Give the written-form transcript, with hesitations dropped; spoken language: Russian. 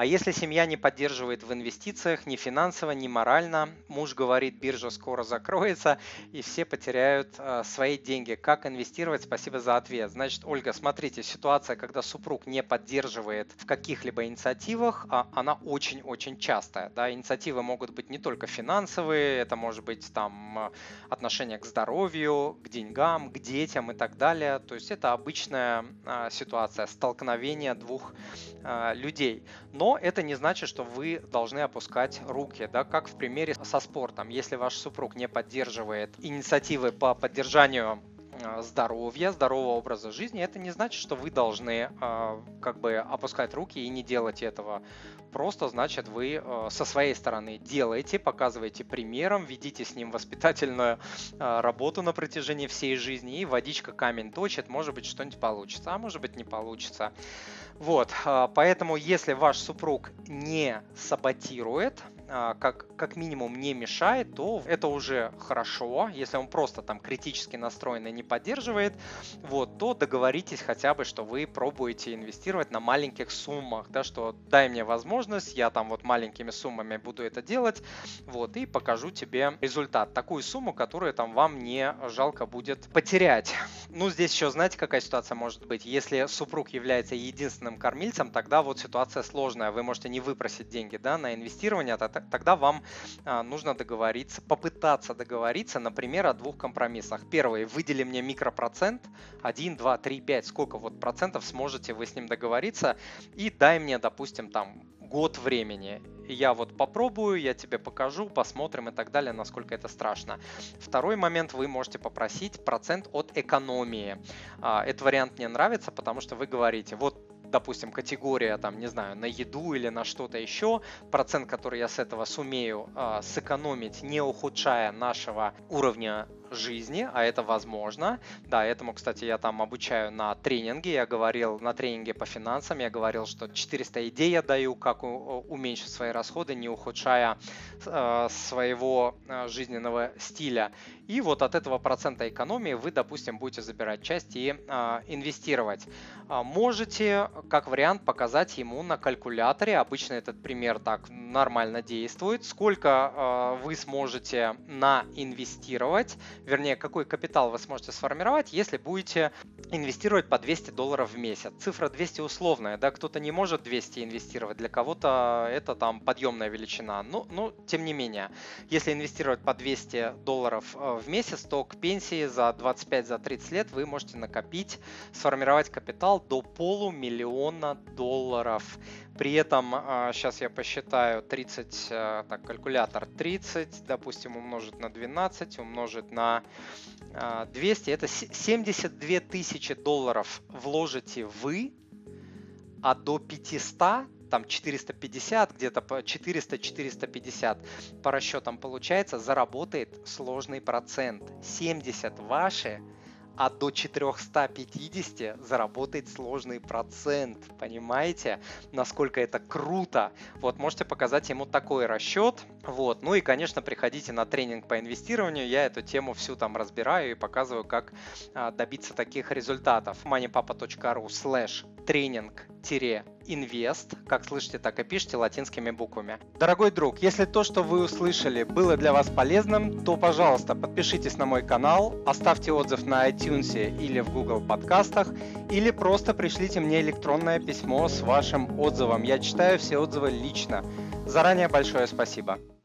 А если семья не поддерживает в инвестициях ни финансово, ни морально, муж говорит, биржа скоро закроется, и все потеряют свои деньги. Как инвестировать? Спасибо за ответ. Значит, Ольга, смотрите, ситуация, когда супруг не поддерживает в каких-либо инициативах, она очень-очень частая. Да? Инициативы могут быть не только финансовые, это может быть там отношение к здоровью, к деньгам, к детям и так далее. То есть это обычная ситуация столкновения двух людей. Но это не значит, что вы должны опускать руки, да, как в примере со спортом. Если ваш супруг не поддерживает инициативы по поддержанию здоровья, здорового образа жизни, это не значит, что вы должны как бы опускать руки и не делать этого. Просто значит, вы со своей стороны делаете, показываете примером, ведите с ним воспитательную работу на протяжении всей жизни, и водичка камень точит, может быть, что-нибудь получится, а может быть, не получится. Вот, поэтому если ваш супруг не саботирует, как минимум не мешает, то это уже хорошо. Если он просто там критически настроен и не поддерживает, вот, то договоритесь хотя бы, что вы пробуете инвестировать на маленьких суммах, да, что дай мне возможность, я там вот маленькими суммами буду это делать, вот, и покажу тебе результат. Такую сумму, которую там вам не жалко будет потерять. Ну, здесь еще, знаете, какая ситуация может быть? Если супруг является единственным кормильцем, тогда вот ситуация сложная. Вы можете не выпросить деньги, да, на инвестирование, тогда вам нужно договориться, попытаться договориться, например, о двух компромиссах. Первый, выдели мне микропроцент, 1, 2, 3, 5, сколько вот процентов сможете вы с ним договориться, и дай мне, допустим, там год времени. Я вот попробую, я тебе покажу, посмотрим и так далее, насколько это страшно. Второй момент, вы можете попросить процент от экономии. Этот вариант мне нравится, потому что вы говорите, вот, допустим, категория, там, не знаю, на еду или на что-то еще, процент, который я с этого сумею сэкономить, не ухудшая нашего уровня жизни, а это возможно. Да, этому, кстати, я там обучаю на тренинге. Я говорил на тренинге по финансам, я говорил, что 400 идей я даю, как уменьшить свои расходы, не ухудшая своего жизненного стиля. И вот от этого процента экономии вы, допустим, будете забирать часть и инвестировать. Можете, как вариант, показать ему на калькуляторе. Обычно этот пример так нормально действует. Сколько вы сможете наинвестировать, вернее, какой капитал вы сможете сформировать, если будете инвестировать по $200 в месяц. Цифра 200 условная, да, кто-то не может 200 инвестировать, для кого-то это там подъемная величина. Но тем не менее, если инвестировать по $200 в месяц, то к пенсии за 25-30 лет вы можете накопить, сформировать капитал до $500 000. При этом, сейчас я посчитаю, 30, так, калькулятор 30, допустим, умножить на 12, умножить на 200, это $72 000 вложите вы, а до 500, там 450, где-то по 400-450 по расчетам получается, заработает сложный процент. 70 ваши, а до 450 заработает сложный процент. Понимаете, насколько это круто? Вот, можете показать ему такой расчет. Вот. Ну и, конечно, приходите на тренинг по инвестированию. Я эту тему всю там разбираю и показываю, как добиться таких результатов. moneypapa.ru/тренинг-инвест. Как слышите, так и пишите латинскими буквами. Дорогой друг, если то, что вы услышали, было для вас полезным, то, пожалуйста, подпишитесь на мой канал, оставьте отзыв на iTunes или в Google подкастах, или просто пришлите мне электронное письмо с вашим отзывом. Я читаю все отзывы лично. Заранее большое спасибо.